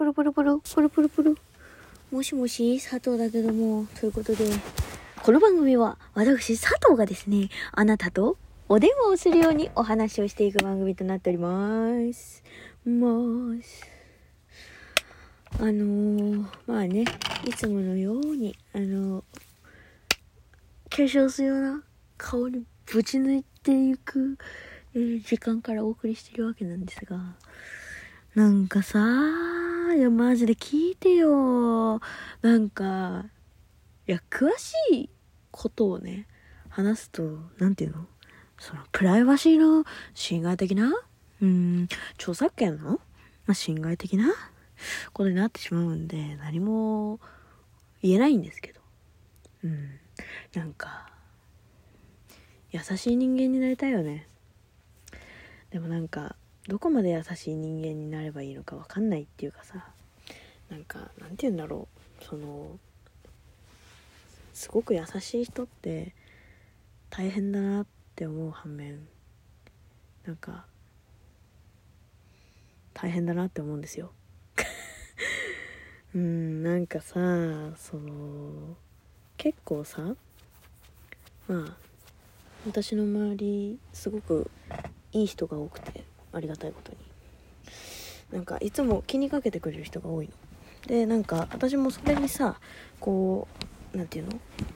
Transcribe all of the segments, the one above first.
プルプルプルプルプルプル。もしもし、佐藤だけども、ということで、この番組は私佐藤がですね、あなたとお電話をするようにお話をしていく番組となっております。まあね、いつものように化粧水をな顔にぶち抜いていく、時間からお送りしてるわけなんですが、なんかさ、いやマジで聞いてよ。なんかいや詳しいことをね話すと、なんていうの、そのプライバシーの侵害的な著作権の、侵害的なことになってしまうんで、何も言えないんですけど、なんか優しい人間になりたいよね。でもなんかどこまで優しい人間になればいいのか分かんないっていうかさ、なんかなんて言うんだろう、そのすごく優しい人って大変だなって思う反面、なんか大変だなって思うんですよ。なんかさ、その結構さ、私の周りすごくいい人が多くて、ありがたいことになんかいつも気にかけてくれる人が多いので、なんか私もそれにさ、こうなんていうの、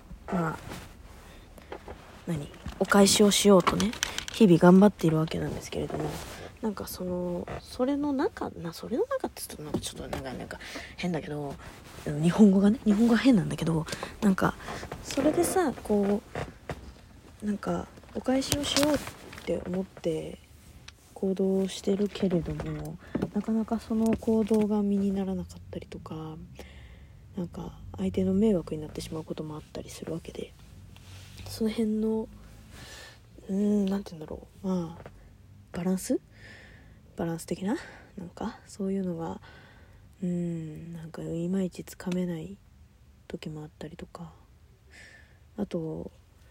お返しをしようとね日々頑張っているわけなんですけれども、なんかそれの中って言うとなんかちょっとなんか変だけど、日本語が変なんだけど、なんかそれでさ、こうなんかお返しをしようって思って行動してるけれども、なかなかその行動が身にならなかったりとか、なんか相手の迷惑になってしまうこともあったりするわけで、その辺のなんて言うんだろう、バランス的な、なんかそういうのがなんかいまいちつかめない時もあったりとか、あと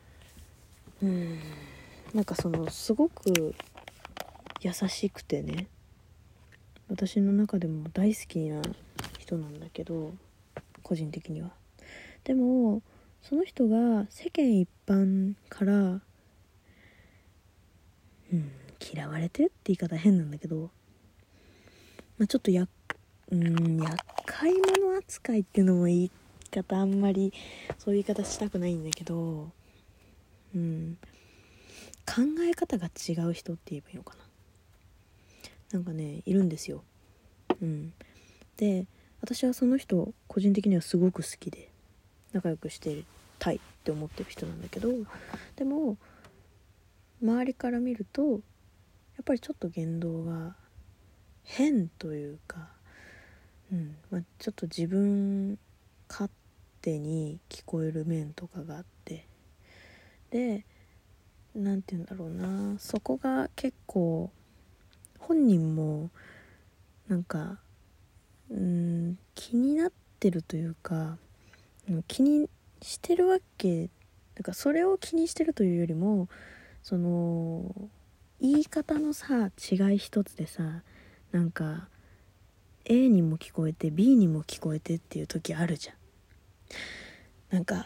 なんかそのすごく優しくてね、私の中でも大好きな人なんだけど、個人的には。でもその人が世間一般から嫌われてるって言い方変なんだけど、ちょっと厄介者扱いっていうのも言い方、あんまりそういう言い方したくないんだけど、考え方が違う人って言えばいいのかな、なんかねいるんですよ。で私はその人個人的にはすごく好きで仲良くしてたいって思ってる人なんだけど、でも周りから見るとやっぱりちょっと言動が変というか、ちょっと自分勝手に聞こえる面とかがあって、でなんて言うんだろうな、そこが結構本人もなんか気になってるというか、気にしてるわけ、なんかそれを気にしてるというよりも、その言い方のさ違い一つでさ、なんか A にも聞こえて B にも聞こえてっていう時あるじゃん。なんか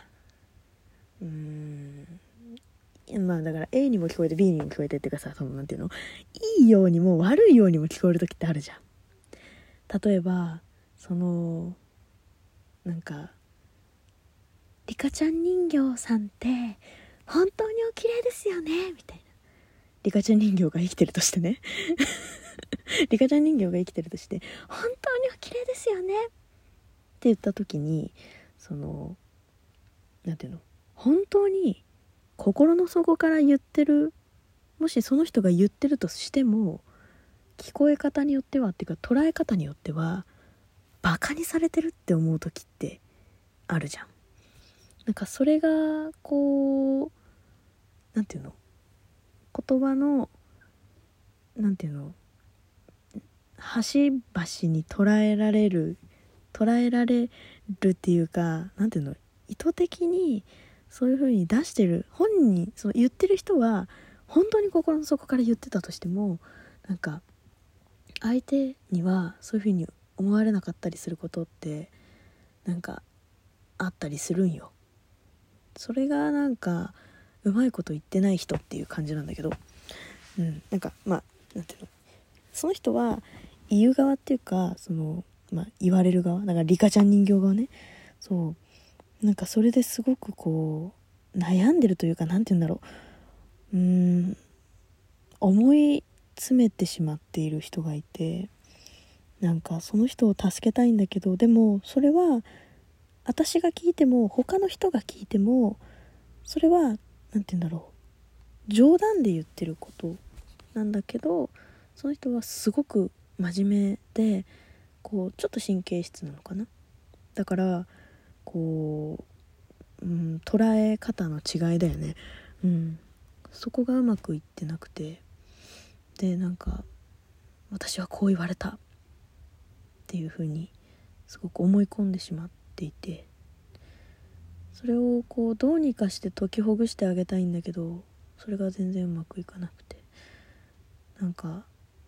だから A にも聞こえて B にも聞こえてっていうかさ、そのなんていうの、いいようにも悪いようにも聞こえる時ってあるじゃん。例えばそのなんかリカちゃん人形さんって本当にお綺麗ですよねみたいな、リカちゃん人形が生きてるとしてねリカちゃん人形が生きてるとして本当にお綺麗ですよねって言った時に、そのなんていうの、本当に心の底から言ってる、もしその人が言ってるとしても聞こえ方によってはっていうか捉え方によってはバカにされてるって思う時ってあるじゃん。なんかそれがこうなんていうの、言葉のなんていうの、端々に捉えられるっていうか、なんていうの、意図的にそういう風に出してる本人、その言ってる人は本当に心の底から言ってたとしても、なんか相手にはそういう風に思われなかったりすることってなんかあったりするんよ。それがなんかうまいこと言ってない人っていう感じなんだけど、なんかなんていうの、その人は言う側っていうか、言われる側、だからリカちゃん人形側ね。そうなんかそれですごくこう悩んでるというか、なんていうんだろう、思い詰めてしまっている人がいて、なんかその人を助けたいんだけど、でもそれは私が聞いても他の人が聞いてもそれはなんて言うんだろう、冗談で言ってることなんだけど、その人はすごく真面目で、こうちょっと神経質なのかな。だからこう、捉え方の違いだよね。そこがうまくいってなくて、でなんか私はこう言われたっていう風にすごく思い込んでしまっていて、それをこうどうにかして解きほぐしてあげたいんだけど、それが全然うまくいかなくて、なんか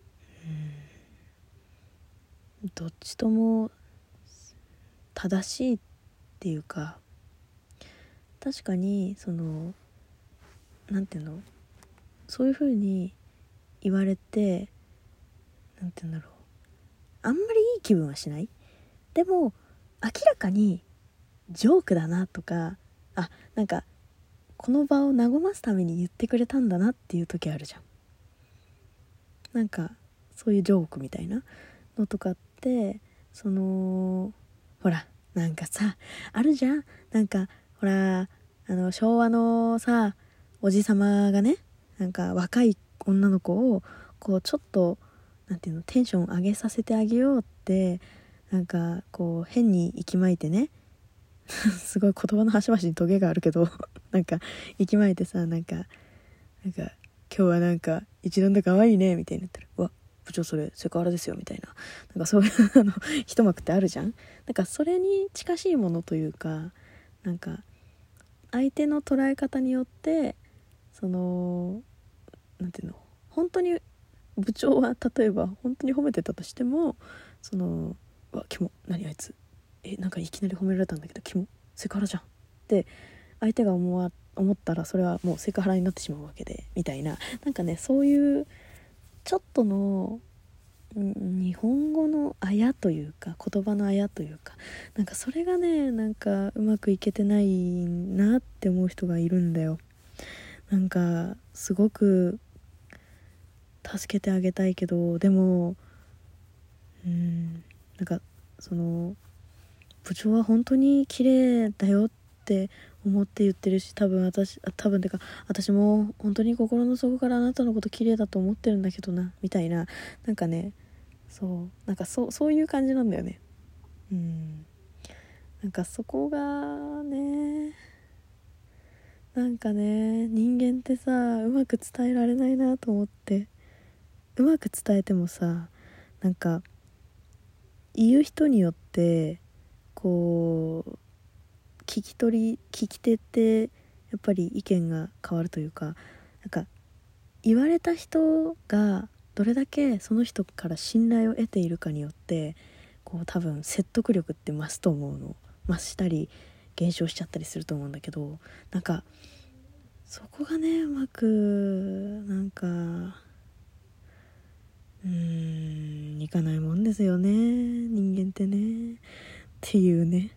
どっちとも正しいっていうか、確かになんていうの、そういう風に言われて、なんていうんだろう、あんまりいい気分はしない。でも明らかにジョークだなとか、なんかこの場を和ますために言ってくれたんだなっていう時あるじゃん。なんかそういうジョークみたいなのとかって、ほらなんかさあるじゃん。なんかほら昭和のさおじさまがね、なんか若い女の子をこうちょっとなんていうの、テンション上げさせてあげようってなんかこう変に息巻いてねすごい言葉の端々にトゲがあるけどなんか息巻いてさ、なんか今日はなんか一段で可愛いねみたいになったら、うわ部長それセクハラですよみたいな、なんかそういう一幕ってあるじゃん。なんかそれに近しいものというか、なんか相手の捉え方によってなんていうの、本当に部長は例えば本当に褒めてたとしても、うわキモ、何あいつなんかいきなり褒められたんだけどキモ、セクハラじゃんって相手が思ったら、それはもうセクハラになってしまうわけで、みたいな、なんかね、そういうちょっとの日本語のあやというか、言葉のあやというか、なんかそれがね、なんかうまくいけてないなって思う人がいるんだよ。なんかすごく助けてあげたいけど、でもなんか部長は本当に綺麗だよって思って言ってるし、多分ってか私も本当に心の底からあなたのこと綺麗だと思ってるんだけどな、みたいな、なんかね、なんかそういう感じなんだよね。なんかそこがね、なんかね、人間ってさ、うまく伝えられないなと思って。うまく伝えてもさ、なんか言う人によってこう聞き手ってやっぱり意見が変わるというか、なんか言われた人がどれだけその人から信頼を得ているかによって、こう多分説得力って増すと思うの。増したり減少しちゃったりすると思うんだけど、なんかそこがね、うまくなんかいかないもんですよね、人間ってねっていうね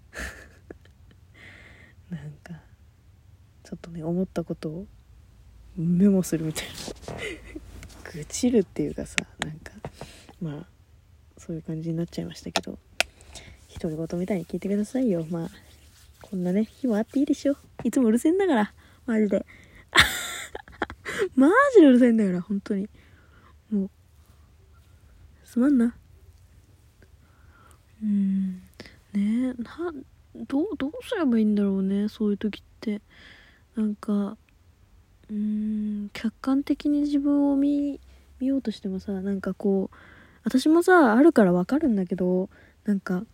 なんかちょっとね、思ったことをメモするみたいな愚痴るっていうかさ、なんかそういう感じになっちゃいましたけど、独り言みたいに聞いてくださいよ。こんなね日もあっていいでしょ。いつもうるせえんだから、マジでマジでうるさいんだから、本当にもうすまんな。ねえ、どうすればいいんだろうね、そういう時って。なんか客観的に自分を見ようとしてもさ、なんかこう私もさあるからわかるんだけど、なんか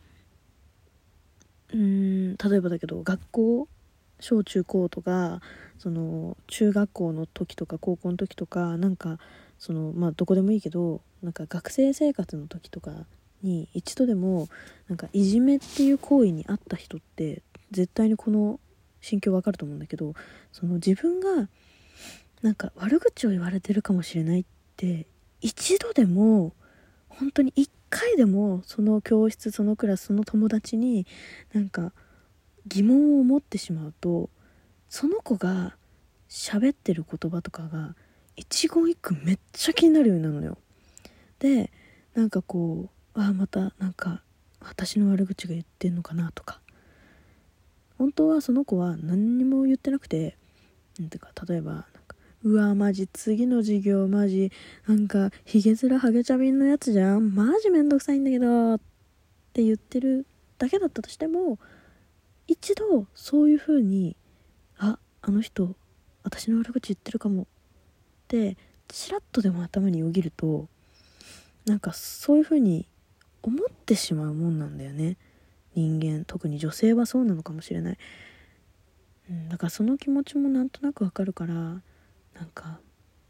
例えばだけど、学校小中高とか中学校の時とか高校の時とか、なんかどこでもいいけど、なんか学生生活の時とかに一度でもなんかいじめっていう行為にあった人って絶対にこの心境わかると思うんだけど、その自分がなんか悪口を言われてるかもしれないって一度でも本当に一回でもその教室そのクラスその友達になんか疑問を持ってしまうと、その子が喋ってる言葉とかが一言一句めっちゃ気になるようになるのよ。でなんかこうまたなんか私の悪口が言ってんのかなとか、本当はその子は何にも言ってなくて、てか例えばなんかうわマジ次の授業マジなんかヒゲ面ハゲチャビンのやつじゃんマジめんどくさいんだけどって言ってるだけだったとしても、一度そういう風にあの人私の悪口言ってるかもってちらっとでも頭によぎると、なんかそういう風に思ってしまうもんなんだよね。人間特に女性はそうなのかもしれない、だからその気持ちもなんとなくわかるから、なんか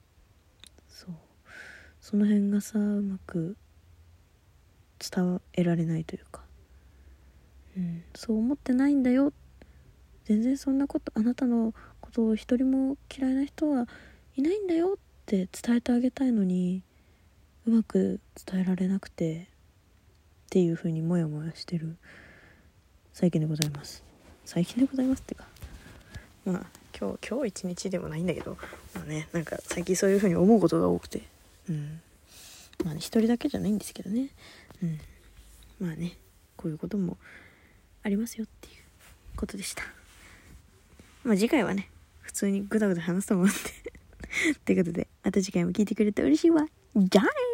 その辺がさうまく伝えられないというか、そう思ってないんだよ、全然そんなことあなたのことを一人も嫌いな人はいないんだよって伝えてあげたいのにうまく伝えられなくてっていう風にモヤモヤしてる最近でございます。最近でございますってか、まあ今日一日でもないんだけど、まあね、なんか最近そういう風に思うことが多くて、まあね、一人だけじゃないんですけどね、まあね、こういうこともありますよっていうことでした。まあ次回はね普通にグダグダ話すと思うんでということで、また次回も聞いてくれて嬉しいわ。じゃあね。